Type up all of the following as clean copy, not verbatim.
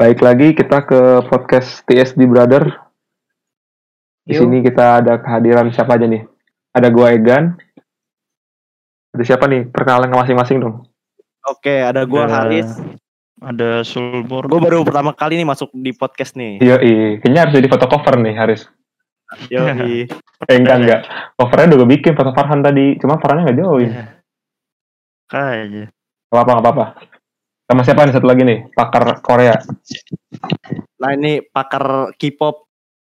Baik lagi kita ke podcast TSD Brother. Di Yuk. sini kita ada kehadiran siapa aja nih? Ada gua Egan. Ada siapa nih? Perkenalan ke masing-masing dong. Oke, ada gua Haris. Ada Sulbur. Gua baru pertama kali nih masuk di podcast nih. Iya, kayaknya harus jadi foto cover nih Haris. Yoi. Enggak. Covernya udah gue bikin foto Farhan tadi, cuma Farhannya nggak join. Kayaknya. Gak apa-apa. Sama siapa nih satu lagi nih? Pakar Korea. Nah ini pakar K-pop.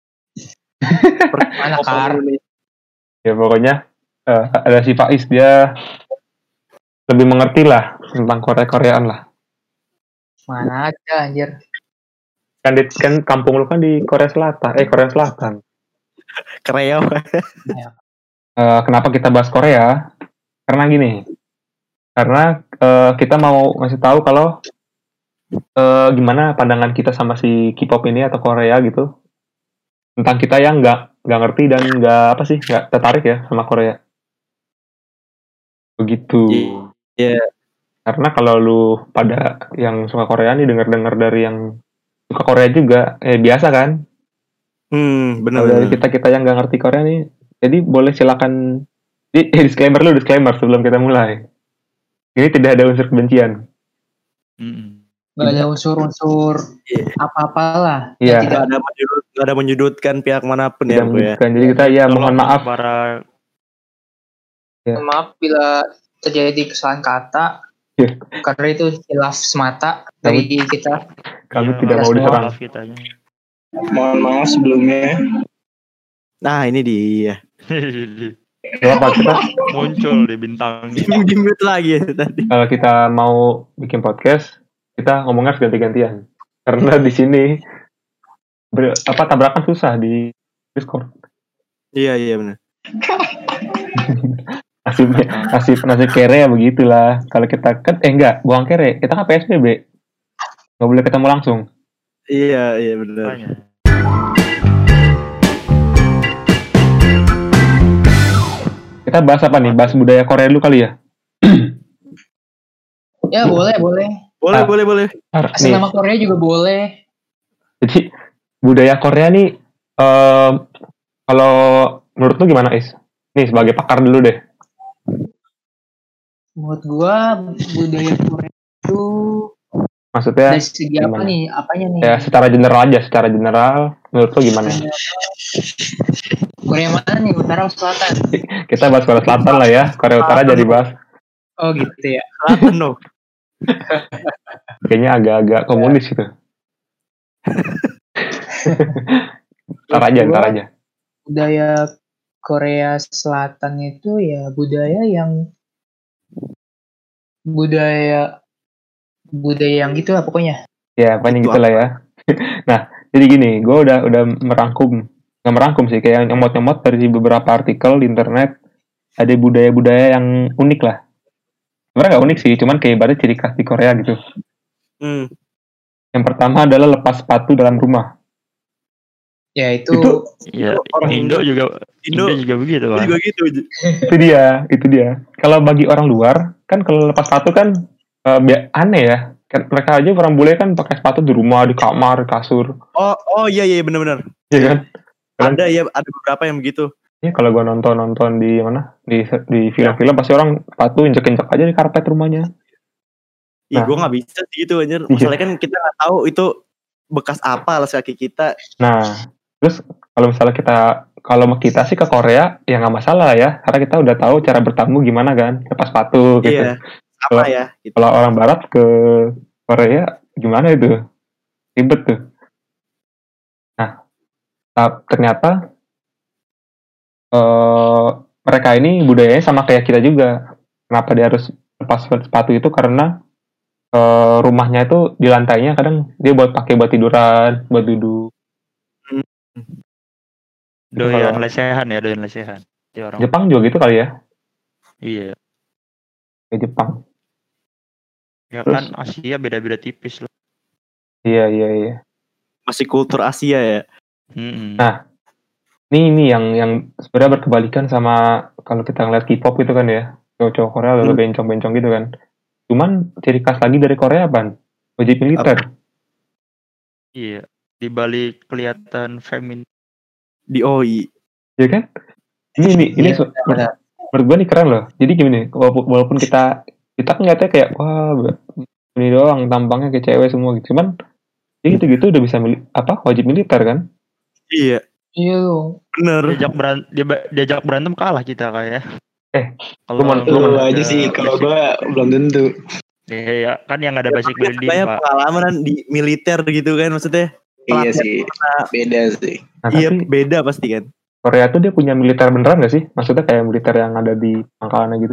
Mana Kar? Ya pokoknya ada si Faiz, dia lebih mengerti lah tentang Korea-Koreaan lah. Mana aja anjir. Kan kampung lu kan di Korea Selatan. Korea. Kenapa kita bahas Korea? Karena gini. Karena kita mau ngasih tahu kalau gimana pandangan kita sama si K-pop ini atau Korea gitu. Tentang kita yang nggak ngerti dan nggak tertarik ya sama Korea. Begitu. Iya. Karena kalau lu pada yang suka Korea nih dengar dari yang suka Korea juga, biasa kan? Benar. Kalau dari kita yang nggak ngerti Korea nih, jadi boleh silakan disclaimer sebelum kita mulai. Ini tidak ada unsur kebencian. Gak ada unsur-unsur apa-apalah. Iya. Tidak ada menyudutkan pihak manapun ya, Bu ya. Jadi kita mohon maaf. Maaf bila terjadi kesalahan kata. Karena itu hilaf semata dari kita. Kami tidak mau diserang. Mohon maaf sebelumnya. Nah ini dia. Apa kita muncul di bintang di mute lagi ya, tadi. Kalau kita mau bikin podcast, kita ngomongnya harus ganti-gantian. Karena di sini tabrakan susah di Discord. Iya benar. nasib kere ya begitulah. Kalau kita kan buang kere, kita kan PSBB. Nggak boleh ketemu langsung. Iya benar. Kita bahas apa nih? Bahas budaya Korea dulu kali ya? Ya boleh. Boleh. Asal nama Korea juga boleh. Jadi budaya Korea nih, kalau menurut lu gimana Is? Nih sebagai pakar dulu deh. Menurut gua budaya Korea itu maksudnya dari segi apa nih? Apanya nih? Ya secara general menurut lu gimana? Korea mana nih? Utara atau selatan? Kita bahas Korea Selatan lah ya. Korea Utara jadi bahas. Oh gitu ya. Selatan dong. Kayaknya agak-agak komunis gitu. Ntar aja. Budaya Korea Selatan itu ya budaya yang gitu lah pokoknya. Ya, paling gitu lah ya. Nah, jadi gini, gue udah nggak merangkum sih, kayak nyomot dari beberapa artikel di internet, ada budaya-budaya yang unik lah. Sebenarnya nggak unik sih, cuman kayak ibarat ciri khas di Korea gitu. Yang pertama adalah lepas sepatu dalam rumah. Ya itu ya, orang Indo juga begitu kan. Juga gitu. Itu dia. Kalau bagi orang luar kan kalau lepas sepatu kan aneh ya. Kan mereka aja orang bule kan pakai sepatu di rumah, di kamar, di kasur. Oh iya benar. Iya kan? Ada beberapa yang begitu. Ya kalau gua nonton di mana? Di film-film pasti orang sepatu injek-injek aja di karpet rumahnya. Iya, gue nggak bisa sih gitu anjir. Masalahnya kan kita nggak tahu itu bekas apa alas kaki kita. Nah, terus kalau kita sih ke Korea ya nggak masalah ya, karena kita udah tahu cara bertamu gimana kan, lepas sepatu gitu. Iya, sama ya. Gitu. Kalau orang Barat ke Korea gimana itu? Ribet tuh. Nah, ternyata mereka ini budayanya sama kayak kita juga. Kenapa dia harus lepas sepatu itu? Karena rumahnya itu di lantainya kadang dia buat tiduran, buat duduk. Doyan lesehan. Jepang juga gitu kali ya? Iya. Kayak Jepang. Ya kan Asia beda-beda tipis loh. Iya. Masih kultur Asia ya. Nah, ini yang sebenarnya berkebalikan sama kalau kita ngeliat K-pop itu kan ya. Cowok Korea lalu bencong-bencong gitu kan. Cuman ciri khas lagi dari Korea apa? Wajib militer. Iya. Di balik kelihatan feminim. Di OI. Ya kan? Ini Iya, menurut gue nih keren loh. Jadi gini, walaupun kita ngeliatnya kayak wah ini doang tampangnya kayak cewek semua gitu. Cuman ya gitu-gitu udah bisa wajib militer kan? Iya. Iya loh. Bener. Diajak berantem kalah kita kayak. Lu aja sih kalau gue belum tentu. Iya, kan yang ada basic building, Kayak Pak. pengalaman di militer gitu kan maksudnya. Iya sih, beda sih. Nah, Iya, tapi beda pasti kan. Korea tuh dia punya militer beneran gak sih? Maksudnya kayak militer yang ada di pangkalannya gitu?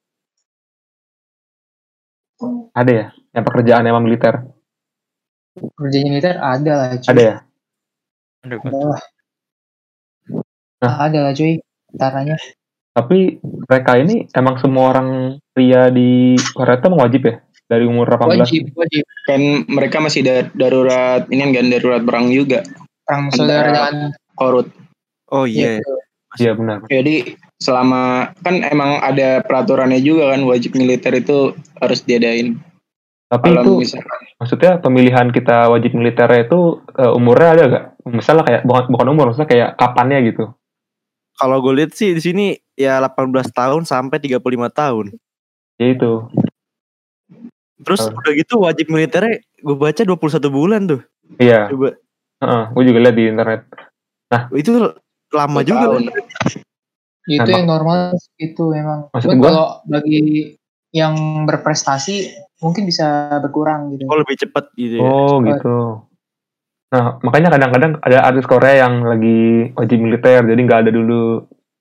Ada ya? Yang pekerjaan emang militer? Kerjanya militer ada lah cuy. Ada ya? Ada lah. Nah. Ada lah cuy. Caranya. Tapi mereka ini emang semua orang pria di Korea itu emang wajib ya? Dari umur 18? Wajib. Kan mereka masih darurat, ini kan darurat perang juga. Perang saudara jangan korut. Oh iya. Iya benar. Jadi selama kan emang ada peraturannya juga kan, wajib militer itu harus diadain. Tapi kalau itu misalkan, maksudnya pemilihan kita wajib militernya itu umurnya ada gak? Misalnya kayak bukan umur, maksudnya kayak kapannya gitu. Kalau gue lihat sih di sini ya 18 tahun sampai 35 tahun. Ya itu. Terus udah gitu wajib militernya gue baca 21 bulan tuh. Iya. Coba. Gue juga lihat di internet. Nah, itu lama juga. Itu yang normal itu emang. Maksud kalau bagi yang berprestasi mungkin bisa berkurang gitu. Oh, lebih cepat gitu ya. Oh, gitu. Nah, makanya kadang-kadang ada artis Korea yang lagi wajib militer, jadi nggak ada dulu.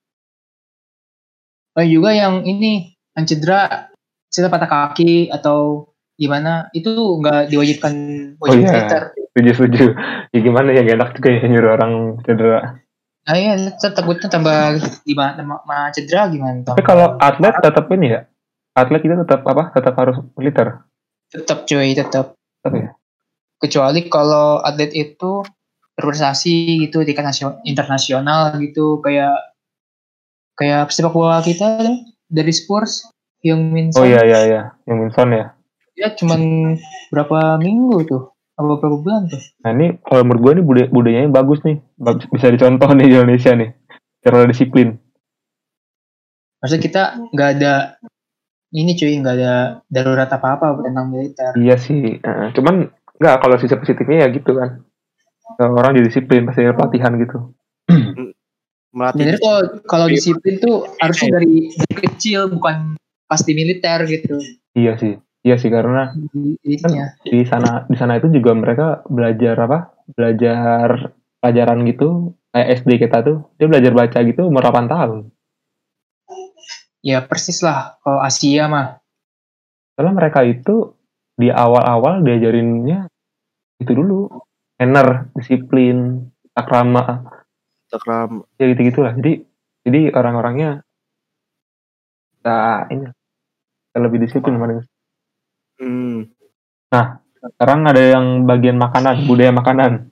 Juga yang ini, yang cedera patah kaki atau gimana, itu nggak diwajibkan wajib militer. Setuju. Ya gimana ya, gak enak juga ya nyuruh orang cedera. Nah iya, takutnya tambah gimana cedera gimana. Tapi kalau atlet tetap ini ya, atlet kita tetap harus militer. Tetap cuy, tetap. Ya? Kecuali kalau atlet itu berprestasi gitu di internasional gitu, kayak sepak bola kita dari Spurs yang Min Son. Oh iya yang Min Son ya. Ya cuman berapa minggu tuh, berapa bulan tuh. Nah ini kalau menurut gue nih budayanya bagus nih, bisa dicontoh nih di Indonesia nih, cara disiplin. Maksudnya kita nggak ada ini cuy, nggak ada darurat apa-apa tentang militer. Iya sih, cuman nggak, kalau sisi positifnya ya gitu kan, orang jadi disiplin pasti ada pelatihan gitu. Sebenarnya kalau disiplin tuh harusnya dari kecil, bukan pas di militer gitu. Iya sih karena kan di sana itu juga mereka belajar pelajaran gitu, kayak SD kita tuh dia belajar baca gitu umur 8 tahun. Ya persis lah kalau Asia mah. Soalnya mereka itu di awal-awal diajarinnya itu dulu, manner, disiplin, takrama, ya gitu-gitulah. Jadi orang-orangnya ini lebih disiplin paling. Nah, sekarang ada yang bagian makanan, budaya makanan.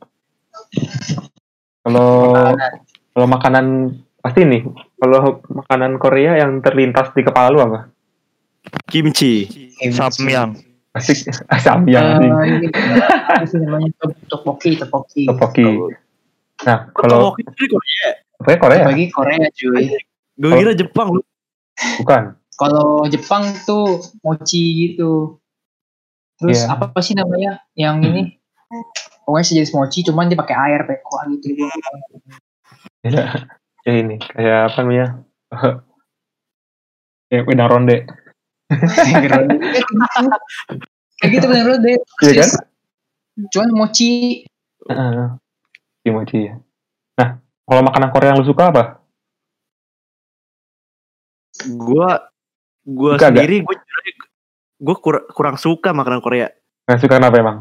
Kalau makanan pasti nih, kalau makanan Korea yang terlintas di kepala lu apa? Kimchi. Samyang. Asik, samyang sih. Ini namanya tteokbokki. Nah, kalau Korea. Korea cuy. Gue kira Jepang. Bukan. Kalau Jepang tuh mochi gitu. Terus apa sih namanya yang ini? Pokoknya sejenis mochi, cuman dia pakai air kuah gitu. Ya ini kayak apa namanya? Kayak wedang ronde. Kayak gitu wedang ronde. Iya kan? Cuman mochi. Mochi ya. Nah, kalau makanan Korea yang lu suka apa? Gue sendiri gue kurang suka makanan Korea. Nggak suka kenapa emang?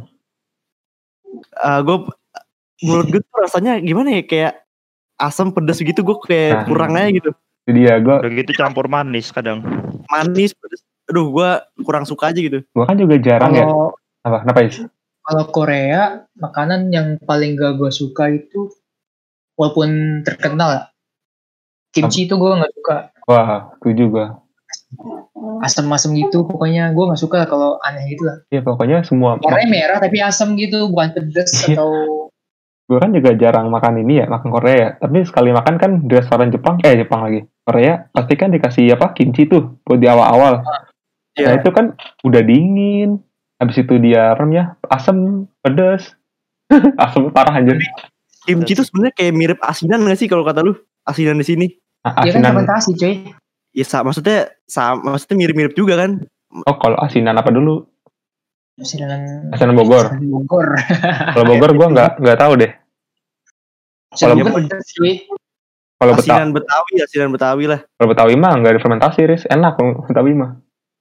Menurut gue tuh rasanya gimana ya, kayak asam pedas gitu, gue kayak kurang aja gitu. Jadi ya gue udah gitu campur manis kadang. Manis pedas. Aduh, gue kurang suka aja gitu. Gue kan juga jarang ya. Kenapa sih? Kalau Korea, makanan yang paling gak gue suka itu, walaupun terkenal ya, kimchi itu gue gak suka. Wah, setuju gue. asam-asam gitu. Pokoknya gue nggak suka kalau aneh gitu lah. Ya pokoknya semua. Warnanya merah tapi asam gitu, bukan pedes atau. Gue kan juga jarang makan ini ya, makan Korea ya. Tapi sekali makan kan di restoran Jepang lagi. Korea pasti kan dikasih kimchi tuh buat di awal-awal. Nah itu kan udah dingin. Habis itu dia asam, pedes. Asam parah anjir. Kimchi tuh sebenarnya kayak mirip asinan gak sih kalau kata lu? Asinan di sini. Nah, Iya kan fermentasi cuy. Ya maksudnya mirip-mirip juga kan? Oh kalau asinan apa dulu? Asinan Bogor. Kalau Bogor gue nggak tahu deh. Kalau Bogor pedes cuy. Kalau asinan Betawi lah. Kalau Betawi mah nggak ada fermentasi, Riz. Enak Betawi mah.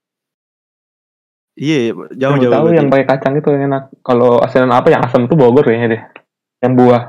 Iya, jauh. Betawi yang pakai kacang itu yang enak. Kalau asinan apa yang asam tuh Bogor kayaknya deh. Yang buah.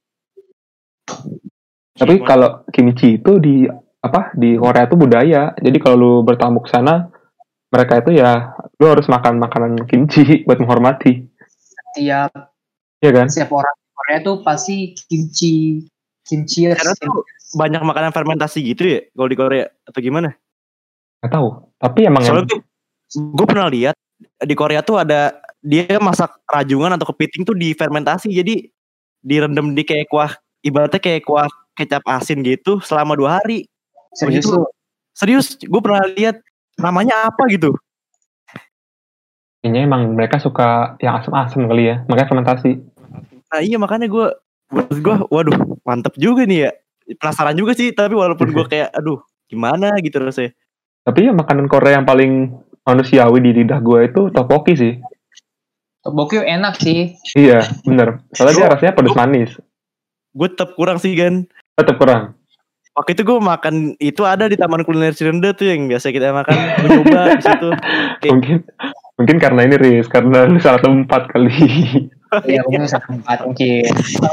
Tapi kalau kimchi itu di Korea itu budaya. Jadi kalau lu bertamu ke sana, mereka itu ya lu harus makan makanan kimchi buat menghormati. Iya kan? Setiap orang di Korea tuh pasti kimchi. Karena tuh banyak makanan fermentasi gitu ya kalau di Korea atau gimana? Gak tahu. Tapi emang soalnya gue pernah lihat di Korea tuh ada dia masak rajungan atau kepiting tuh difermentasi, jadi direndam di kayak kuah, ibaratnya kayak kuah kecap asin gitu selama 2 hari. Serius, gue pernah lihat. Namanya apa gitu? Kayaknya emang mereka suka yang asam-asam kali ya, makanya fermentasi. Nah iya makanya gue waduh mantep juga nih ya. Penasaran juga sih, tapi walaupun gue kayak aduh gimana gitu rasanya. Tapi ya makanan Korea yang paling manusiawi di lidah gue itu tteokbokki sih. Tteokbokki enak sih. Iya bener, soalnya dia rasanya pedas manis. Gue tetap kurang sih kan. Tetap kurang. Waktu itu gue makan itu ada di Taman Kuliner Cirende tuh yang biasa kita makan. Gue coba di situ. Mungkin karena ini Riz, karena lu salah tempat kali. Iya mungkin salah tempat mungkin.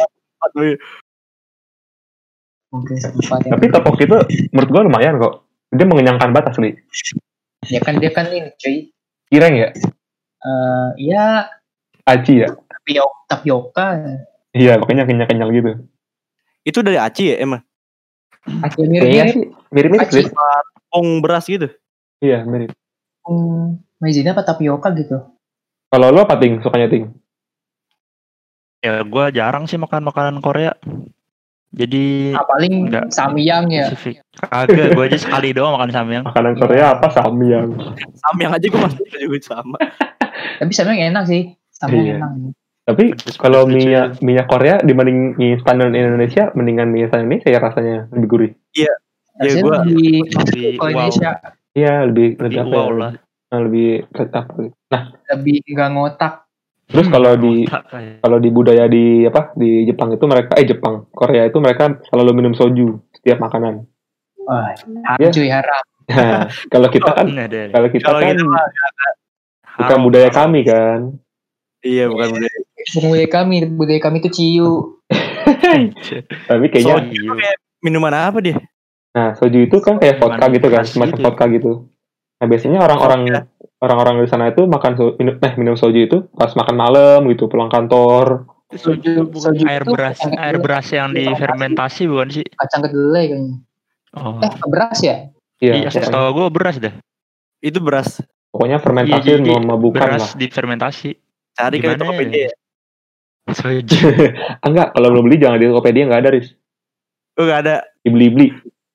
Tapi tteokbokki itu menurut gue lumayan kok. Dia mengenyangkan banget asli. Ya kan dia kan ini cuy. Kireng ya? Iya. Aci ya? Tapioka. Iya makanya kenyal-kenyal gitu. Itu dari aci ya emang? Aci mirip-mirip Riz. Tepung beras gitu? Iya mirip. Maizena apa tapioka gitu. Kalau lo apa Ting? Sukanya Ting? Ya gue jarang sih makan makanan Korea. Jadi paling samyang ya. Kagak, gue aja sekali doang makan samyang. Makanan Korea apa samyang? Samyang aja gue masih juga sama. Tapi samyang enak sih. Samyang enak. Tapi kalau minyak Korea dibanding mie instan Indonesia, mendingan mie instan Indonesia ya rasanya lebih gurih. Iya. Ya gue lebih Indonesia. Iya lebih wow lah. Lebih apa? Nah lebih nggak ngotak. Terus kalau di budaya di Jepang itu Korea itu mereka selalu minum soju setiap makanan. Wah, haram. Nah, kalau kita kan bukan budaya kami kan. Iya bukan budaya. Budaya kami itu ciu. Tapi kayaknya soju kayak minuman apa dia? Nah, soju itu kan kayak vodka gitu kan, semacam vodka gitu. Nah, biasanya orang-orang di sana itu minum soju itu pas makan malam gitu, pulang kantor. Soju air beras yang difermentasi bukan sih? Kacang kedelai kayaknya. Oh. Beras ya? Iya, setahu gue beras dah. Itu beras. Pokoknya fermentasi memabukkan lah. Beras difermentasi. Cari ke Tokopedia. Soju. Enggak, kalau belum beli jangan di Tokopedia, enggak ada, Riz. Oh, enggak ada. Dibeli.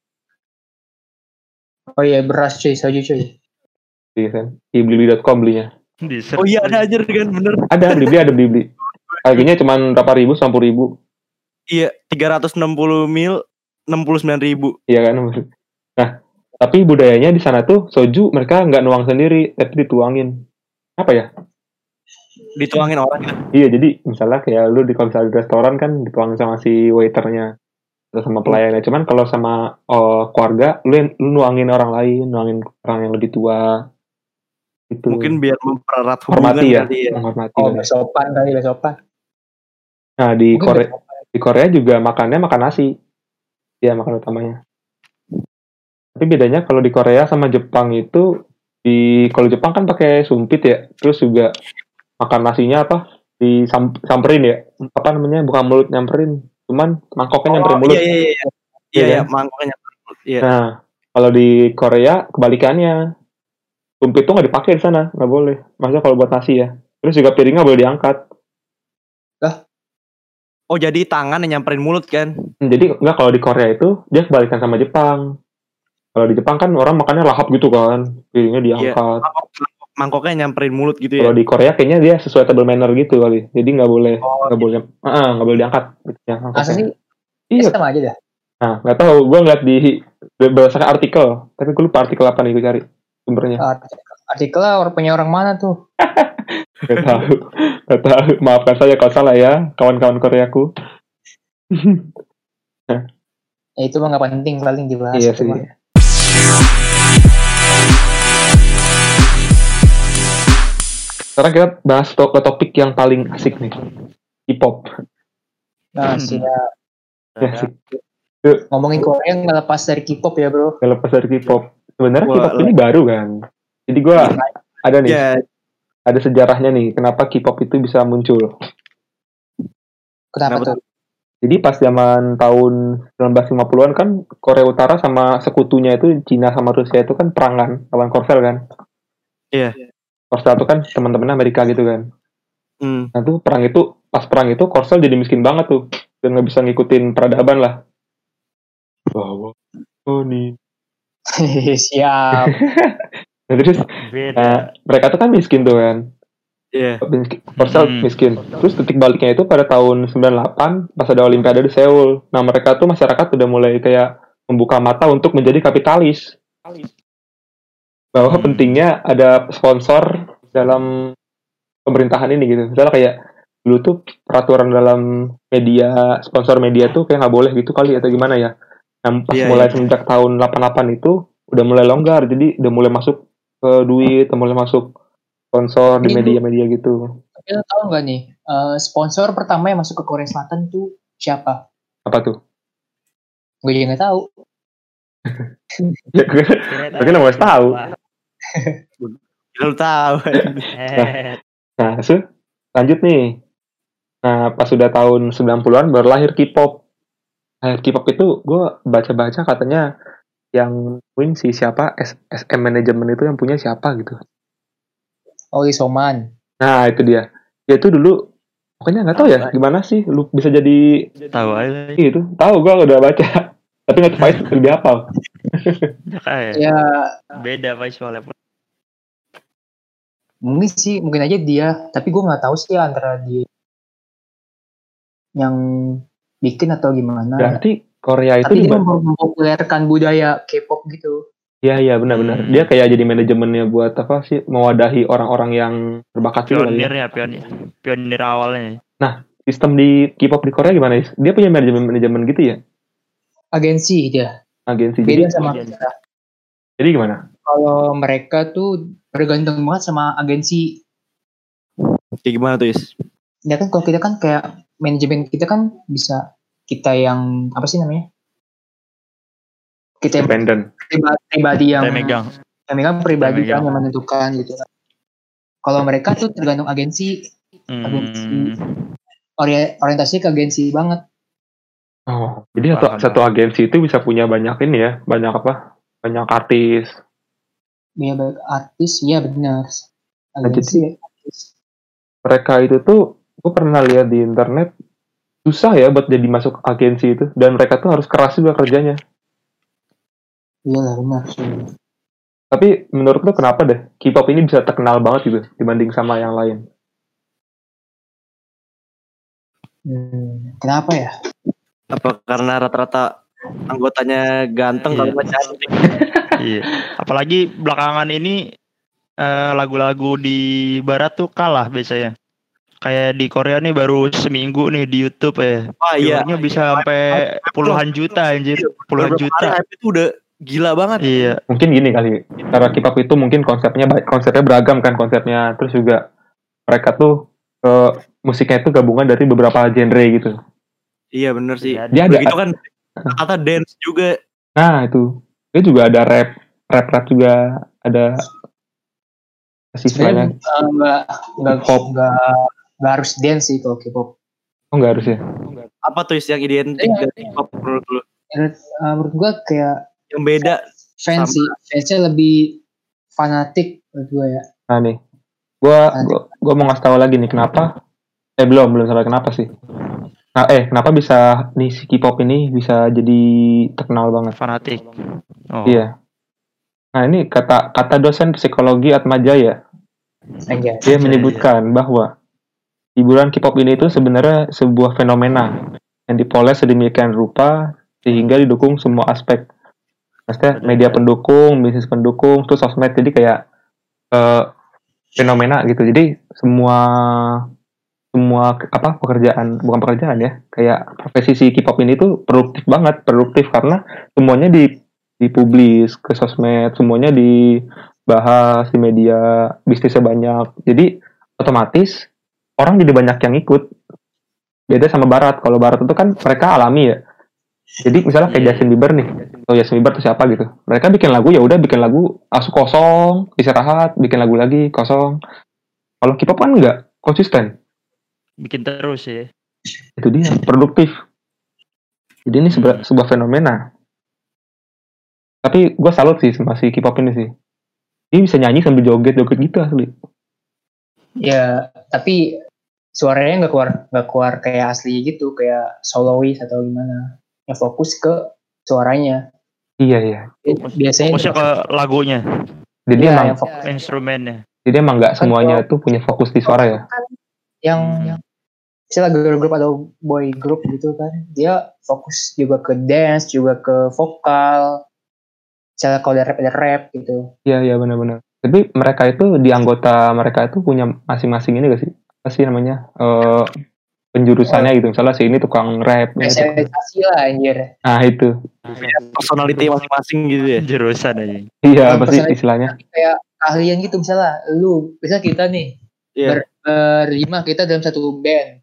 Oh iya, beras cuy, soju cuy. Iya kan. Dibeli.com belinya. Oh iya ada aja kan, bener. Ada beli. Harganya cuma berapa ribu, 90.000. Iya, 360 mil 69.000. Iya kan. Nah, tapi budayanya di sana tuh soju mereka nggak nuang sendiri, tapi dituangin. Apa ya? Dituangin orang gitu. Iya, jadi misalnya kayak lu kalau misalnya di restoran kan dituangin sama si waiternya atau sama pelayannya. Cuman kalau sama keluarga, lu nuangin orang lain, nuangin orang yang lebih tua. Gitu. Mungkin biar mempererat hubungan ya. Menghormati. Besopan. Nah, di Korea juga makannya makan nasi. Ya, makan utamanya. Tapi bedanya kalau di Korea sama Jepang itu kalau Jepang kan pakai sumpit ya. Terus juga makan nasinya disamperin ya. Apa namanya? Bukan mulut nyamperin, cuman mangkoknya nyamperin mulut. Iya, mangkoknya nyamperin mulut. Iya. Nah, kalau di Korea kebalikannya. tumpit tuh nggak dipakai di sana, nggak boleh. Maksudnya kalau buat nasi ya. Terus juga piringnya boleh diangkat. Oh jadi tangan yang nyamperin mulut kan? Jadi nggak, kalau di Korea itu dia kebalikan sama Jepang. Kalau di Jepang kan orang makannya lahap gitu kan, piringnya diangkat. Mangkoknya nyamperin mulut gitu Kalau ya? di Korea kayaknya dia sesuai table manner gitu kali. Jadi nggak boleh nggak boleh diangkat. Gitu, ya, Masa sih? Iya. Sama aja dah. Nah, nggak tahu. Gue ngeliat di berdasarkan artikel, tapi gue lupa artikel apa nih gue cari sumbernya. Artikelnya punya orang mana tuh? Gak tahu. Maafkan saya kalau salah ya, kawan-kawan Koreaku. Ya itu mah nggak penting, paling dibahas. Iya sih. Sekarang kita bahas ke topik yang paling asik nih, K-pop. Nah, siap. Ya, asik. Ngomongin Korea nggak lepas dari K-pop ya bro. Nggak lepas dari K-pop. Sebenarnya K-pop ini baru kan. Jadi gue ada nih. Ada sejarahnya nih, kenapa K-pop itu bisa muncul. Kenapa tuh? Jadi pas zaman tahun 1950-an kan Korea Utara sama sekutunya itu Cina sama Rusia itu kan perangan lawan Korsel kan. Iya. Korsel itu kan teman-teman Amerika gitu kan. Nah tuh pas perang itu Korsel jadi miskin banget tuh dan nggak bisa ngikutin peradaban lah. Wow. Oh nih. Siap. Nah, terus mereka tuh kan miskin tuh kan. Iya. Korsel miskin. Terus titik baliknya itu pada tahun 98 pas ada Olimpiade di Seoul. Nah mereka tuh masyarakat udah mulai kayak membuka mata untuk menjadi kapitalis. Bahwa pentingnya ada sponsor dalam pemerintahan ini gitu. Misalnya kayak dulu tuh peraturan dalam media, sponsor media tuh kayak nggak boleh gitu kali atau gimana ya. Nah pas mulai semenjak tahun 88 itu udah mulai longgar. Jadi udah mulai masuk duit, udah mulai masuk sponsor di media-media gitu. Tapi lo tau nggak nih, sponsor pertama yang masuk ke Korea Selatan tuh siapa? Apa tuh? Gue juga nggak tahu. Mungkin nggak tahu. Lu tahu. Nah, lanjut nih. Nah, pas sudah tahun 90-an baru lahir K-pop. Nah, K-pop itu gue baca-baca katanya yang win si siapa SM Management itu yang punya siapa gitu. Oh, Isoman. Nah, itu dia. Ya itu dulu pokoknya nggak tahu ya gimana sih lu bisa jadi tahu aja gitu. Tahu gue udah baca. Tapi nggak tahu lebih hafal. Ya beda Pak soalnya. Mungkin aja dia, tapi gue nggak tahu sih antara dia yang bikin atau gimana. Berarti Korea itu tapi dia mempopulerkan budaya K-pop gitu. Iya benar-benar. Dia kayak jadi manajemennya buat apa sih mewadahi orang-orang yang berbakat gitu kali ya. Pionir awalnya. Nah, sistem di K-pop di Korea gimana? Dia punya manajemen gitu ya? Agensi dia. Agensi. Beda sama kita. Jadi gimana? Kalau mereka tuh bergantung banget sama agensi. Kayak gimana tuh, Is? Ya kan kalau kita kan kayak manajemen kita kan bisa kita yang apa sih namanya? Kita independen. Pribadi yang megang pribadi kan yang menentukan gitu kan. Kalau mereka tuh tergantung agensi. Agensi orientasi ke agensi banget. Oh, jadi satu agensi itu bisa punya banyak ini ya, banyak apa? Banyak artis. Iya, banyak artis, ya benar. Agensi, jadi, artis. Mereka itu tuh, gue pernah lihat di internet, susah ya buat jadi masuk agensi itu, dan mereka tuh harus keras juga kerjanya. Iya lah, benar. Tapi menurut lo kenapa deh K-pop ini bisa terkenal banget gitu dibanding sama yang lain? Kenapa ya? Apa karena rata-rata anggotanya ganteng kalau nggak cantik? Iya. Apalagi belakangan ini lagu-lagu di barat tuh kalah biasanya. Kayak di Korea nih baru seminggu nih di YouTube ya. Wah iya. Bisa sampai puluhan juta anjir. Puluhan juta. Itu udah gila banget. Iya. Mungkin gini kali. Karena K-pop itu mungkin konsepnya beragam kan konsepnya. Terus juga mereka tuh musiknya itu gabungan dari beberapa genre gitu. Iya bener sih. Dia ada gitu kan kata dance juga. Nah itu. Dia juga ada rap juga ada sebenarnya nggak harus dance sih kalau K-pop. Oh nggak harus ya? Apa tuh yang identik dari K-pop menurut lu? Menurut gua kayak yang beda. Fansnya lebih fanatik menurut gue ya. Nah nih, gua mau ngasih tahu lagi nih kenapa. Belum sampai kenapa sih. Nah, kenapa bisa nih si K-pop ini bisa jadi terkenal banget? Fanatik. Oh. Iya. Nah ini kata dosen psikologi Atma Jaya, Anjay. dia menyebutkan bahwa hiburan K-pop ini itu sebenarnya sebuah fenomena yang dipoles sedemikian rupa sehingga didukung semua aspek. Maksudnya media pendukung, bisnis pendukung, terus sosmed, jadi kayak fenomena gitu. Jadi semua bukan pekerjaan ya, kayak profesi si K-pop ini tuh produktif karena semuanya dipublis ke sosmed, semuanya dibahas di media, bisnisnya banyak, jadi otomatis orang jadi banyak yang ikut. Beda sama barat. Kalau barat itu kan mereka alami ya, jadi misalnya kayak Justin Bieber nih, atau Justin Bieber tuh siapa gitu, mereka bikin lagu ya udah bikin lagu, langsung kosong, istirahat, bikin lagu lagi kosong. Kalau K-pop kan enggak, konsisten. Bikin terus ya. Itu dia, produktif. Jadi ini sebuah fenomena. Tapi gue salut sih sama si K-pop ini sih. Dia bisa nyanyi sambil joget-joget gitu asli. Ya, tapi suaranya nggak keluar kayak asli gitu, kayak soloist atau gimana. Yang fokus ke suaranya. Iya. Biasanya fokusnya ke lagunya, Jadi ya, emang yang fokus. instrumennya. Jadi emang nggak semuanya tuh punya fokus di suara ya. Yang misalnya girl group atau boy group gitu kan, dia fokus juga ke dance, juga ke vokal. Misalnya kalau ada rap gitu. Iya benar-benar. Tapi mereka itu di anggota mereka itu punya masing-masing ini gak sih? Apa sih namanya? Penjurusannya gitu. Misalnya si ini tukang rap. Spesialisasi lah anjir. Nah itu. Personality masing-masing gitu ya. Jurusan aja. Iya apa sih istilahnya? Kayak keahlian gitu, misalnya lu, misalnya kita nih berlima kita dalam satu band.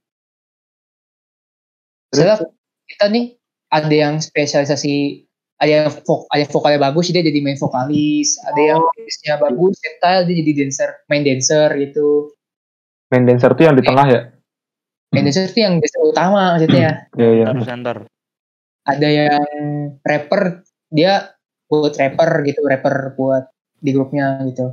Misalnya kita nih ada yang spesialisasi, ada yang vokalnya bagus dia jadi main vokalis, ada yang vokalnya bagus style dia jadi main dancer gitu. Main dancer tuh yang di tengah ya? Main dancer tuh yang dancer utama maksudnya. Iya. Center. Ada yang rapper, dia buat rapper buat di grupnya gitu.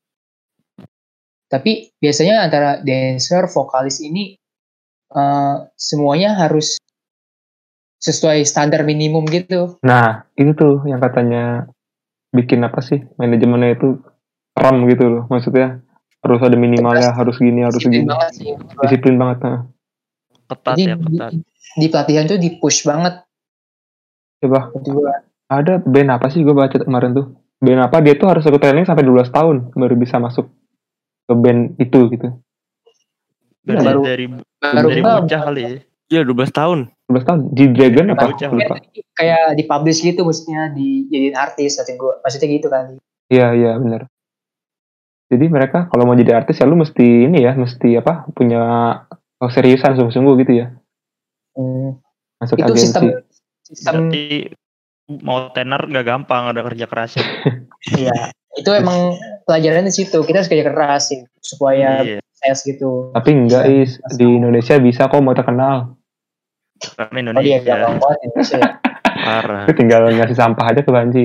Tapi biasanya antara dancer, vokalis ini semuanya harus sesuai standar minimum gitu. Nah, itu tuh yang katanya bikin apa sih? Manajemennya itu keren gitu loh. Maksudnya harus ada minimalnya, harus gini, harus disiplin gini. Banget sih, disiplin banget. Nah. Ketat. Jadi, ya, ketat. Di pelatihan tuh di-push banget. Coba. Ada band apa sih gue baca kemarin tuh? Band apa dia tuh harus ikut training sampai 12 tahun baru bisa masuk ke band itu gitu. Dari bocah kali ya. Iya 12 tahun. 12 tahun. G-Dragon apa? Lupa. Kayak di-publish gitu maksudnya, dijadiin artis maksudnya gitu kan. Iya benar. Jadi mereka kalau mau jadi artis ya lu mesti punya seriusan sungguh-sungguh gitu ya. Masuk itu agensi. Sistem berarti mau tenar nggak gampang, ada kerja keras. Iya, itu emang pelajarannya di situ. Kita harus kerja keras sih supaya sales gitu. Tapi enggak di Indonesia bisa kok mau terkenal. Karena Indonesia. Indonesia. Parah. Itu tinggal ngasih sampah aja ke Banci.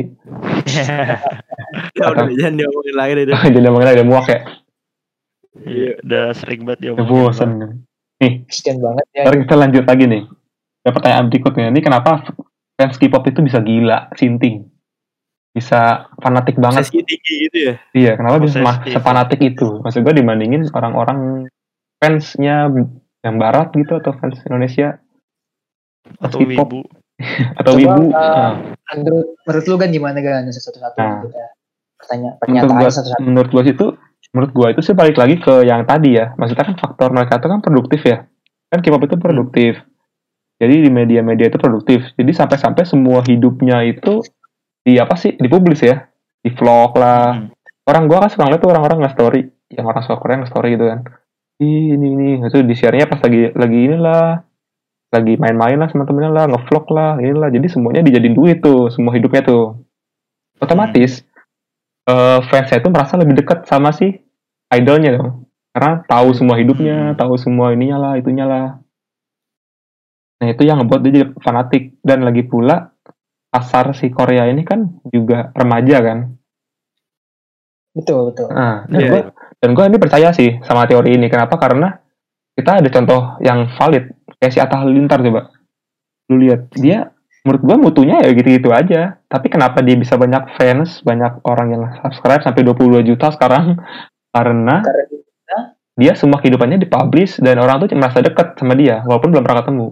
Ya udah jangan diomongin lagi deh. Jangan diomongin lagi, udah muak ya. Iya, udah sering banget diomongin. Bosan. Nih, kesian banget ya. Sekarang kita lanjut lagi nih. Ada pertanyaan berikutnya. Ini kenapa fans K-pop itu bisa gila, sinting, bisa fanatik banget? Obsesi tinggi gitu ya? Iya, kenapa bisa sefanatik itu? Maksud gue dibandingin orang-orang fansnya yang barat gitu atau fans Indonesia atau wibu atau wibu. Menurut lu kan gimana kan satu-satu kita pernyataan satu-satu. Menurut gue itu sih balik lagi ke yang tadi ya. Maksudnya kan faktor mereka itu kan produktif ya. Kan K-pop itu produktif. Jadi di media-media itu produktif. Jadi sampai-sampai semua hidupnya itu dipublis ya. Di vlog lah. Orang gue kan suka ngeliat tuh orang-orang nge-story. Yang orang suka Korea nge-story gitu kan. Ini. Itu di-share-nya pas lagi inilah. Lagi main-main lah sama temennya lah. Nge-vlog lah. Inilah. Jadi semuanya dijadiin duit tuh. Semua hidupnya tuh. Otomatis fansnya itu merasa lebih dekat sama si idolnya dong. Karena tahu semua hidupnya. Tahu semua ininya lah. Itunya lah. Nah itu yang ngebuat dia jadi fanatik. Dan lagi pula pasar si Korea ini kan juga remaja kan. Betul. Nah, Iya. dan gue ini percaya sih sama teori ini. Kenapa? Karena kita ada contoh yang valid kayak si Atta Halilintar coba. Lu lihat dia, menurut gue mutunya ya gitu-gitu aja. Tapi kenapa dia bisa banyak fans, banyak orang yang subscribe sampai 22 juta sekarang? Karena dia semua kehidupannya dipublish dan orang tuh merasa dekat sama dia walaupun belum pernah ketemu.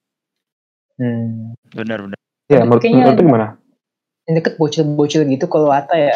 Benar. Ya, Tapi kayaknya menurut lu gimana? yang deket bocil-bocil gitu kalau Atta ya.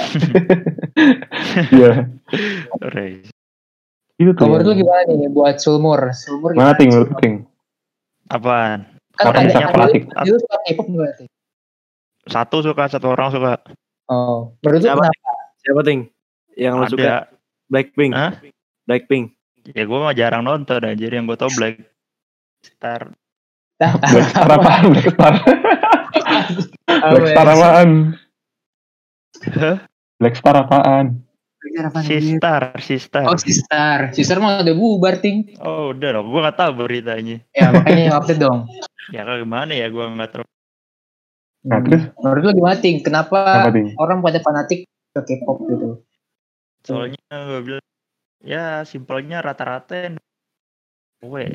Iya. Keren. Gitu tuh. Kalau menurut lu gimana nih buat Sulmur Mana gimana? Ting menurut lu, Ting? Apaan? Kan Kenapa bisa fanatik? Dulu suka K-pop nggak sih? Satu orang suka. Oh, menurut lu Siapa? kenapa? Siapa ting? Yang lo suka? Ada. Blackpink. Hah? Blackpink. Ya gue mah jarang nonton aja. Jadi yang gue tau Black Star. Black Star apaan? Black Star. Black Star apaan? Hah? Black Star apaan? Sistar. Oh, Sistar mah udah bubar, Ting. Oh udah dong. Gue gak tahu beritanya. Ya, makanya update dong. Ya gimana ya gue gak tahu. Nah, terus? Menurut lu gimana, Ting? Kenapa Ting? orang pada fanatik ke K-pop gitu? Soalnya gue bilang ya simpelnya rata-rata gue.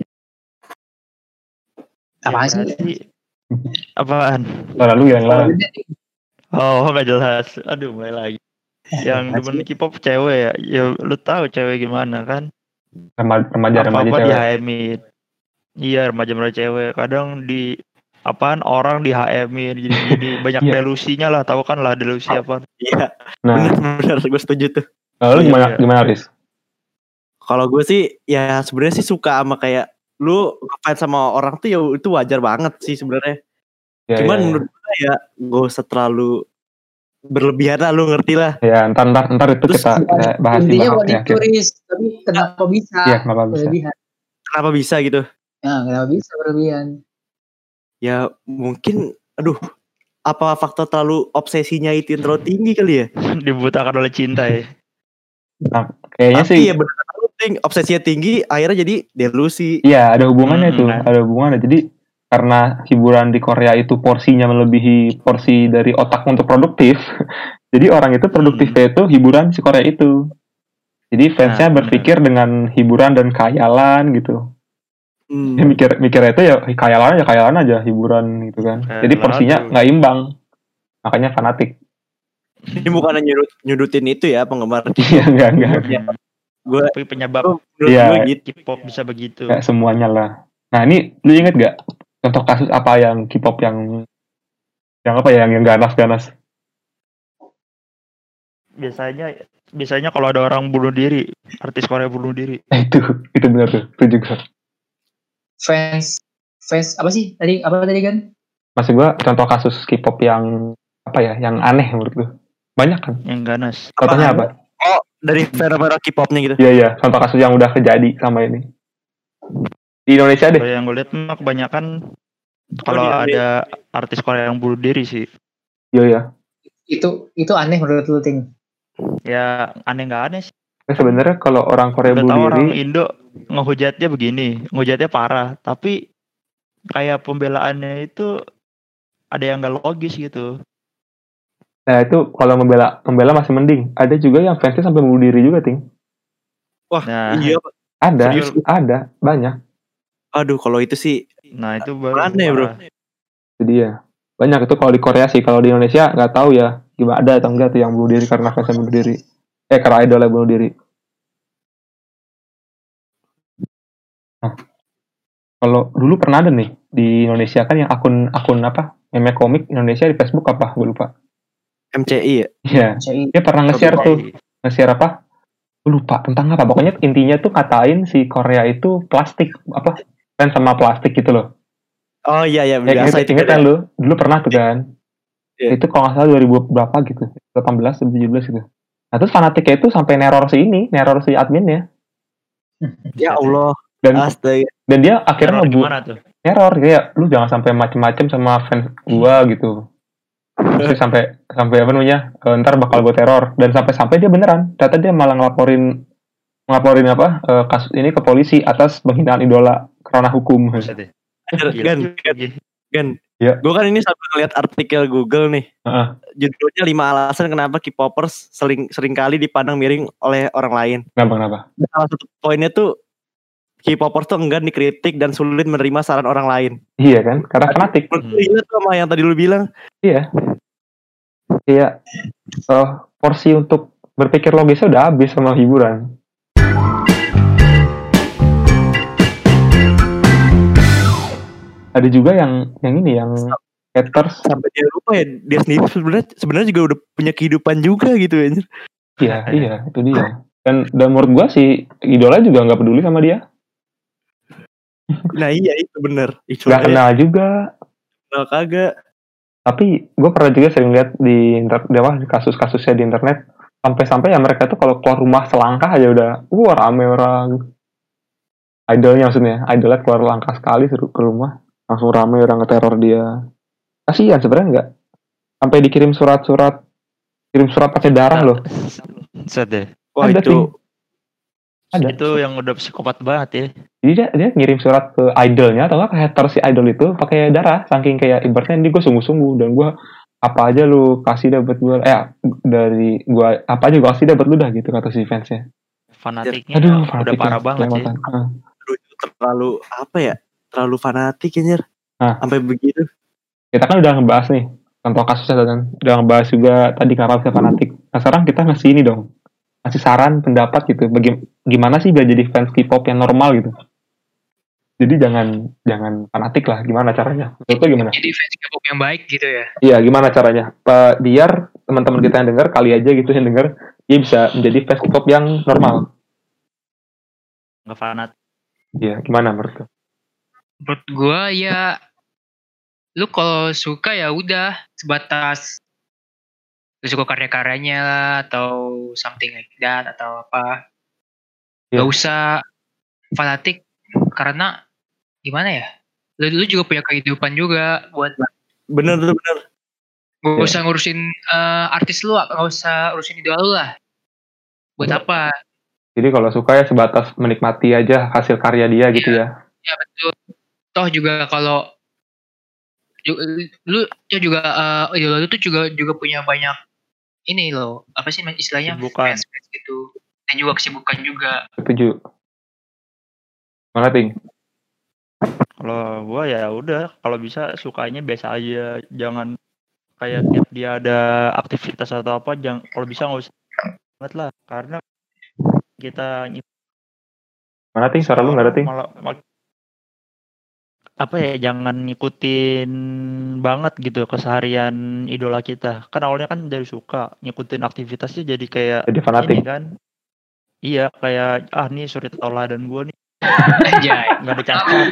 Apaan Ya, sih? apaan? Lalu yang lain. Oh gak jelas. Aduh mulai lagi. Yang demen K-pop cewek ya. Ya lu tahu cewek gimana kan? Remaja Apa-apa cewek. di HM-in. Iya remaja cewek. Kadang di apaan orang di HM-in jadi banyak Iya. delusinya lah. Tahu kan lah delusi apa? Iya. Nah, Bener gue setuju tuh. lalu Iya. gimana Riz? Kalau gue sih ya sebenarnya sih suka sama kayak lu ngefans sama orang tuh ya itu wajar banget sih sebenarnya. Ya, Cuman ya. menurut gue ya gak usah terlalu berlebihan lah, lu ngerti lah. Ya, ntar itu Terus kita bahas di Intinya bahas bukan ya. itu, Riz. Tapi kenapa bisa? Iya, kenapa bisa? Berlebihan. Kenapa bisa gitu? Nah, kenapa bisa berlebihan? Ya mungkin apa faktor terlalu obsesinya itu yang terlalu tinggi kali ya? Dibutakan oleh cinta ya. Nah, kayaknya Tapi sih ya benar obsesinya tinggi akhirnya jadi delusi. iya, ada hubungannya tuh, kan. ada hubungannya. Jadi karena hiburan di Korea itu porsinya melebihi porsi dari otak untuk produktif. Jadi orang itu produktifnya itu hiburan si Korea itu. Jadi fansnya Nah, berpikir dengan hiburan dan khayalan gitu. Dia mikirnya itu ya khayalan aja hiburan gitu kan. Jadi porsinya nggak imbang. Makanya fanatik. Ini bukan nyudutin itu ya penggemar. Iya, enggak. Gue Tapi penyebab Iya. gitu. K-pop bisa begitu. Kayak semuanya lah. Nah, ini lu inget gak contoh kasus apa yang K-pop yang apa ya yang ganas-ganas? Biasanya kalau ada orang bunuh diri, artis Korea bunuh diri. Itu benar tuh, itu juga. Fans apa sih? Tadi kan? Maksud gua contoh kasus K-pop yang apa ya, yang aneh menurut lu? Banyak kan? Yang ganas. Contohnya apa? Oh, dari fenomena K-popnya gitu. Iya, contoh kasus yang udah kejadi sama ini. Di Indonesia deh. Kalau yang gue lihat mah kebanyakan kalau ada artis Korea yang bunuh diri sih. Iya. Itu aneh menurut lu, Ting? Ya aneh nggak aneh sih. Nah, sebenarnya kalau orang Korea Udah bunuh tahu diri, orang Indo ngehujatnya begini, ngehujatnya parah. Tapi kayak pembelaannya itu ada yang nggak logis gitu. nah itu kalau membela masih mending. Ada juga yang fansnya sampai bunuh diri juga, Ting. Wah, Nah. iya. Ada, banyak. Aduh, kalau itu sih Nah itu baru aneh, bro. Jadi ya banyak itu kalau di Korea sih. Kalau di Indonesia nggak tahu ya gimana, ada atau enggak tuh yang bunuh diri karena fansnya bunuh diri. Karena idolnya bunuh diri. Nah, kalau dulu pernah ada nih di Indonesia kan yang akun apa meme komik Indonesia di Facebook apa gue lupa. MCI ya. Iya. Dia pernah nge-share tuh, nge-share apa? Gue lupa tentang apa. Pokoknya intinya tuh katain si Korea itu plastik apa? Fans sama plastik gitu loh. Oh iya biasa itu. Ingat kan lu? Dulu pernah tuh kan. Iya. Itu kalau nggak salah 2000 berapa gitu. 18 17 gitu. Nah, terus fanatiknya itu sampai neror si adminnya. Ya Allah. Dan dia akhirnya gimana tuh? Neror kayak lu jangan sampai macem-macem sama fans gua gitu. Terus sampai apa namanya? Ntar bakal gue teror, dan sampai dia beneran. Ternyata dia malah ngelaporin apa? Kasus ini ke polisi atas penghinaan idola karena hukum. Gan, Gue kan ini sambil ngeliat artikel Google nih. Heeh. Judulnya 5 alasan kenapa K-popers sering kali dipandang miring oleh orang lain. Kenapa? Dan salah satu poinnya tuh K-popers tuh enggan dikritik dan sulit menerima saran orang lain. Iya kan? Karena fanatik. Ingat sama yang tadi lu bilang. Iya. Iya. Porsi untuk berpikir logisnya udah habis sama hiburan. Ada juga yang ini yang haters. Sampai dia lupa ya dia sendiri sebenarnya juga udah punya kehidupan juga gitu anjir. Iya, itu dia. Dan menurut gua sih idola juga nggak peduli sama dia. Nah iya itu bener. Gak kenal juga. Kenal kagak. Tapi gue pernah juga sering lihat di kasus-kasusnya di internet. Sampai-sampai ya mereka tuh kalau keluar rumah selangkah aja udah rame orang. Idolnya maksudnya. Idolnya keluar langkah sekali ke rumah. Langsung rame orang ngeteror dia. Kasihan sebenarnya nggak. Sampai dikirim surat-surat. Kirim surat pakai darah loh. Set deh. Wah Ada, itu Ada. Itu yang udah psikopat banget ya. Jadi dia ngirim surat ke idolnya atau nggak ke hater si idol itu pakai darah, saking kayak ibaratnya ini gue sungguh-sungguh dan gue apa aja lu kasih dah buat gue, dari gue apa aja gue kasih dah buat lu dah gitu kata si fansnya. Fanatiknya Aduh, udah parah banget sih. terlalu apa ya? Terlalu fanatik anjir. Nah. Sampai begitu. Kita kan udah ngebahas nih contoh kasusnya kan, udah ngebahas juga tadi kenapa bisa fanatik. Nah sekarang kita ngasih ini dong, kasih saran pendapat gitu, gimana sih biar jadi fans K-pop yang normal gitu. Jadi jangan fanatik lah, gimana caranya? Menurut lo gimana? Jadi fans K-pop yang baik gitu ya. Iya, gimana caranya? Biar teman-teman kita yang dengar, kali aja gitu yang dengar, dia bisa menjadi fans K-pop yang normal. Nggak fanatik. Iya, gimana menurut lo? Menurut gue ya, lu kalau suka ya udah sebatas lu suka karya-karyanya lah atau something like that atau apa. Iya. Gak usah fanatik karena gimana ya? Lu juga punya kehidupan juga buat. Bener. Gak usah ngurusin artis lu, gak usah urusin idola lu lah. Buat apa? Jadi kalau suka ya sebatas menikmati aja hasil karya dia gitu ya. Ya betul. Toh juga kalau lu juga idola lu tuh juga punya banyak ini loh, apa sih istilahnya, Kesibukan. fans gitu. Dan juga kesibukan juga. Setuju. Mana Ting? Kalau gua ya udah, kalau bisa sukanya biasa aja, jangan kayak tiap dia ada aktivitas atau apa, jangan, kalau bisa nggak usah banget lah, karena kita Mana Ting? Suara lu nggak ada Ting? apa ya, jangan ngikutin banget gitu keseharian idola kita. Kan awalnya kan dari suka, ngikutin aktivitasnya jadi kayak Jadi fanatik. ini kan. Iya, kayak nih suri tauladan gue nih. Anjay. Gak ada cacat.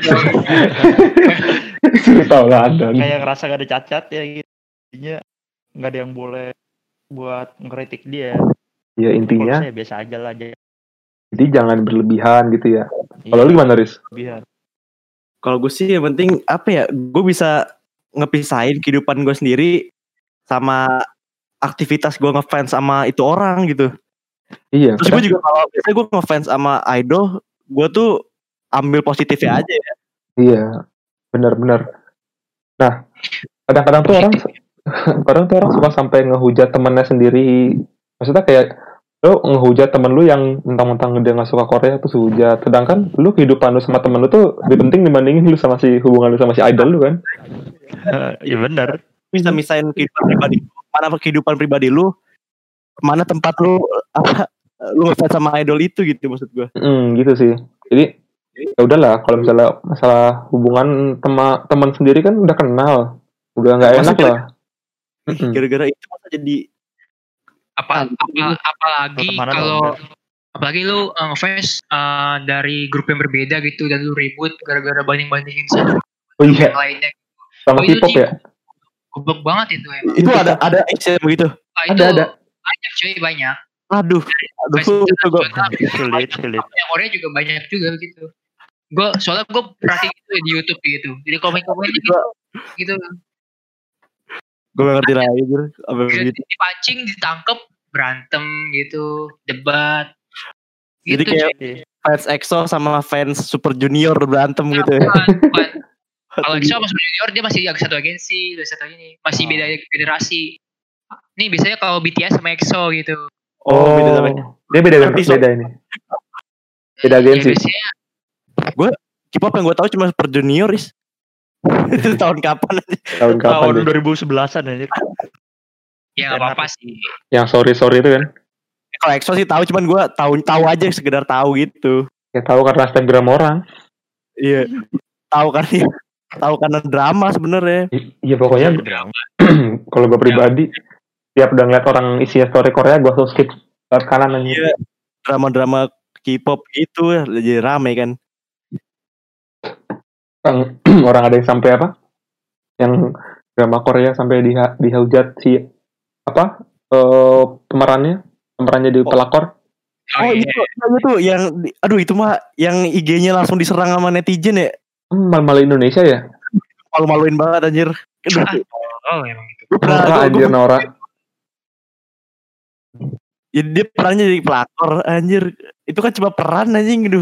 Tauladan. Kayak ngerasa gak ada cacat ya gitu. Intinya gak ada yang boleh buat ngeritik dia. Ya intinya. Kalau saya biasa aja lah. Jadi jangan berlebihan gitu ya. Iya, Kalau lu gimana Riz? berlebihan. Kalau gue sih yang penting apa ya? Gue bisa ngepisahin kehidupan gue sendiri sama aktivitas gue ngefans sama itu orang gitu. Iya. Terus gue juga kalau biasanya gue ngefans sama idol, gue tuh ambil positifnya aja ya. Iya, benar. Nah, kadang-kadang tuh orang suka sampai ngehujat temennya sendiri. Maksudnya kayak lu ngehujat temen lu yang mentang-mentang dia nggak suka Korea tuh hujat. Sedangkan lu kehidupan lu sama temen lu tuh lebih penting dibandingin lu sama si hubungan lu sama si idol lu kan. Iya benar. Bisa misain kehidupan pribadi, mana kehidupan pribadi lu, mana tempat lu lu ngefans sama idol itu gitu maksud gue. Gitu sih. Jadi ya udahlah kalau misalnya masalah hubungan teman sendiri kan udah kenal, udah nggak enak lah. Gara-gara itu masa jadi apalagi kalau apalagi lu ngefans dari grup yang berbeda gitu dan lu ribut gara-gara bandingin sama yang lainnya. Sama K-pop ya. Goblok banget itu emang. Itu ada insiden begitu. Ada. Banyak cuy, banyak. Aduh, itu gue sulit. Yang Korea juga banyak juga gitu. Soalnya gue perhatiin itu di YouTube gitu. Jadi komen-komen gitu. Gue gak ngerti lagi gitu. Dipancing, ditangkep, berantem gitu, debat. Jadi gitu, kayak fans EXO sama fans Super Junior berantem gitu ya. Bukan. Kalau EXO sama Super Junior dia masih agak satu agensi, satu ini masih beda generasi. Nih biasanya kalau BTS sama EXO gitu. Oh, beda sama dia beda Nanti beda ini. Beda agensi. Ya biasanya K-pop yang gue tahu cuma Super Junior, Is. Itu tahun kapan aja? Tahun kapan Tahun deh? 2011-an anjir. ya nggak apa-apa sih. Yang sorry itu kan. Kalau EXO sih tahu, cuman gue tahu aja, sekedar tahu gitu. Ya tahu karena Instagram orang. Iya. Tahu karena drama sebenarnya. Iya pokoknya kalau gue pribadi tiap udah ngeliat orang isi story Korea gue langsung skip ke kanan aja. Iya. Drama-drama K-pop gitu jadi rame kan. Orang ada yang sampai apa? Yang drama Korea sampai dihujat si apa? pemerannya di pelakor. Oh iya, itu yang aduh itu mah yang IG-nya langsung diserang sama netizen ya. Malu Indonesia ya? Malu-maluin banget anjir. Oh emang itu. Anjir Nora. Jadi dia perannya jadi pelakor anjir. Itu kan cuma peran anjing gitu.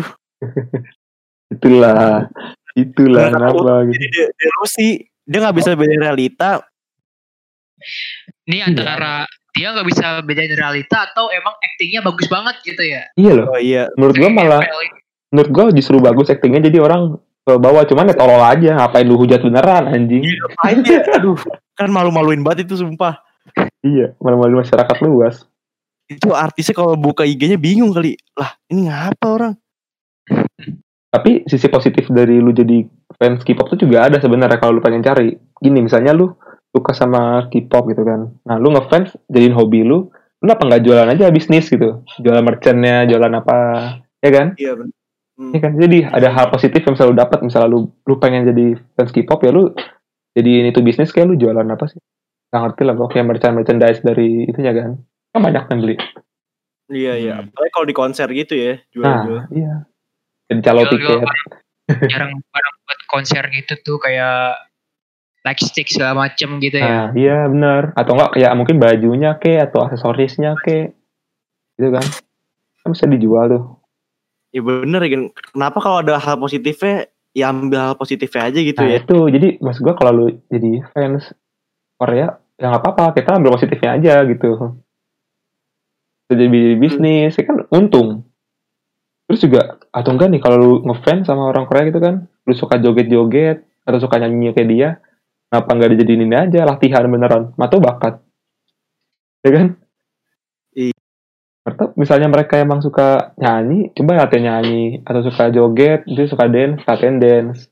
Itulah kenapa gitu. Jadi dia Rusi, dia nggak bisa beda realita. Ini antara dia nggak bisa bedain realita atau emang aktingnya bagus banget gitu ya. Iya loh. Oh iya. Menurut gua justru bagus aktingnya, jadi orang ke bawah, cuman ya tolol aja, ngapain lu hujat beneran anjing. Iya, aduh, kan malu-maluin banget itu sumpah. Iya, malu-maluin masyarakat luas. Itu artisnya kalau buka IG-nya bingung kali. Lah, ini ngapa orang? Tapi sisi positif dari lu jadi fans K-pop tuh juga ada sebenarnya kalau lu pengen cari. Gini, misalnya lu suka sama K-pop gitu kan. Nah, lu ngefans jadiin hobi lu kenapa nggak jualan aja bisnis gitu? Jualan merchandnya, jualan apa, ya kan? Iya benar. Ini kan jadi ada hal positif yang selalu dapat. Misalnya lu pengen jadi fans K-pop ya lu jadiin itu bisnis, kayak lu jualan apa sih? Nggak ngerti lah, gue kayak merchandise dari itunya kan. Kan banyak yang beli. Iya. Apalagi kalau di konser gitu ya, Nah, iya. Jadi calo tiket. Jarang barang buat konser gitu tuh kayak lightstick segala macem gitu ya. Nah, iya benar. Atau enggak kayak mungkin bajunya atau aksesorisnya gitu kan. Kan bisa dijual tuh. Ya bener ya, kenapa kalau ada hal positifnya ya ambil hal positifnya aja gitu nah, ya. Itu jadi maksud gue kalau lu jadi fans Korea ya nggak apa-apa, kita ambil positifnya aja gitu. Jadi bisnis ya kan untung. Terus juga atau enggak nih kalau lu ngefans sama orang Korea gitu kan, lu suka joget-joget atau suka nyanyi kayak dia, kenapa nggak dijadiin ini aja latihan beneran, atau bakat, ya kan? Iya. Atau misalnya mereka emang suka nyanyi, coba latihan nyanyi, atau suka joget, itu suka dance, latihan dance.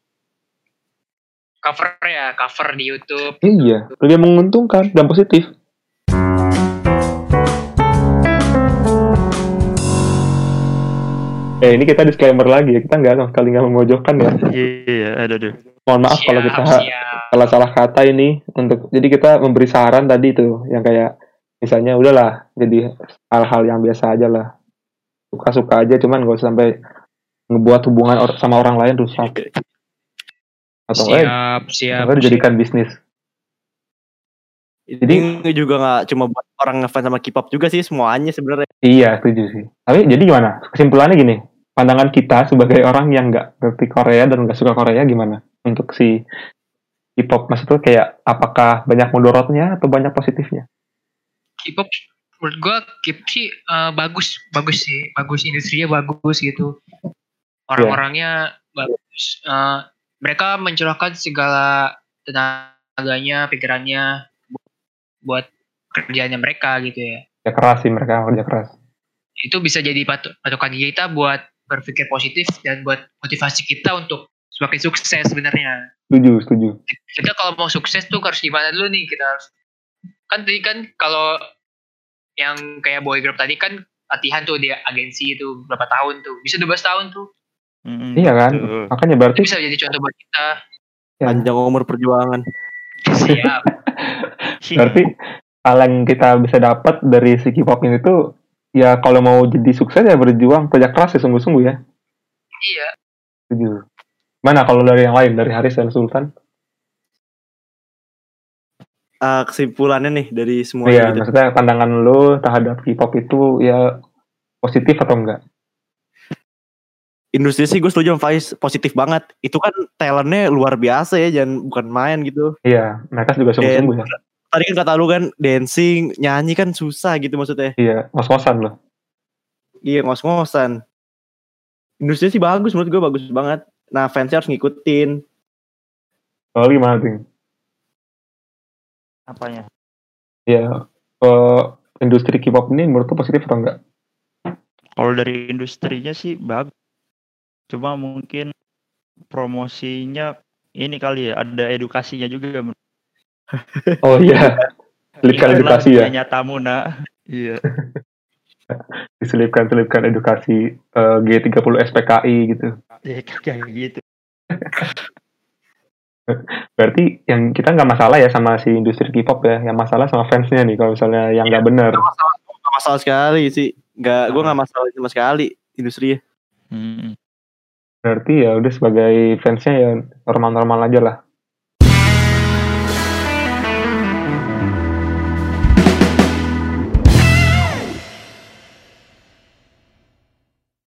Cover di YouTube. Iya, lebih menguntungkan dan positif. Ini kita disclaimer lagi ya, kita nggak sama sekali nggak memojokkan ya. Iya, ada deh. Mohon maaf kalau kita salah kata ini. Jadi kita memberi saran tadi tuh, yang kayak misalnya udahlah, jadi hal-hal yang biasa aja lah. Suka-suka aja, cuman gak usah sampai ngebuat hubungan sama orang lain rusak. Atau siap. dijadikan bisnis. Jadi juga nggak cuma buat orang ngefans sama K-pop juga sih, semuanya sebenarnya. Iya, setuju sih. Tapi jadi gimana? Kesimpulannya gini, pandangan kita sebagai orang yang nggak ngerti Korea dan nggak suka Korea gimana untuk si K-pop? Maksudnya kayak apakah banyak mudorotnya atau banyak positifnya? K-pop menurut gue K-pop sih bagus sih, bagus, industrinya bagus gitu, orang-orangnya bagus, mereka mencurahkan segala tenaganya, pikirannya buat kerjaannya mereka gitu ya. Ya keras sih, mereka kerja keras. Itu bisa jadi patokan kita buat berpikir positif dan buat motivasi kita untuk semakin sukses sebenarnya. Setuju. Kita kalau mau sukses tuh harus gimana dulu nih, kita harus kan tadi kan kalau yang kayak boy group tadi kan latihan tuh di agensi itu berapa tahun tuh, bisa 12 tahun tuh. Iya kan, makanya berarti itu bisa jadi contoh buat kita. Panjang umur perjuangan. Siap. Berarti hal yang kita bisa dapat dari si K-pop ini tuh ya kalau mau jadi sukses ya berjuang, kerja keras ya, sungguh-sungguh ya. Iya. Setuju. Mana kalau dari yang lain, dari Haris dan Sultan? Kesimpulannya nih dari semua. Iya, gitu. Maksudnya pandangan lo terhadap K-pop itu ya positif atau enggak? industri sih gue setuju sama Faiz, positif banget. Itu kan talentnya luar biasa ya, jangan bukan main gitu. Iya, mereka juga sungguh-sungguh ya. Tadi kan kata lu kan dancing, nyanyi kan susah gitu maksudnya. Iya, ngos-ngosan loh. Iya, ngos-ngosan. Industri sih bagus, menurut gue bagus banget. Nah, fansnya harus ngikutin. Kalau gimana, Ting? Apanya? Ya, industri K-pop ini menurut lu positif atau enggak? Kalau dari industrinya sih bagus. Cuma mungkin promosinya ini kali ya, ada edukasinya juga. Oh iya, selipkan edukasi ya. Nyata Muna. Iya. Diselipkan edukasi G30 SPKI gitu. Ya kayak gitu. Berarti yang kita nggak masalah ya sama si industri K-pop ya, yang masalah sama fansnya nih kalau misalnya yang nggak benar. Gak masalah sekali sih. Gue gak masalah sama sekali industrinya. Berarti ya udah sebagai fansnya ya normal-normal aja lah.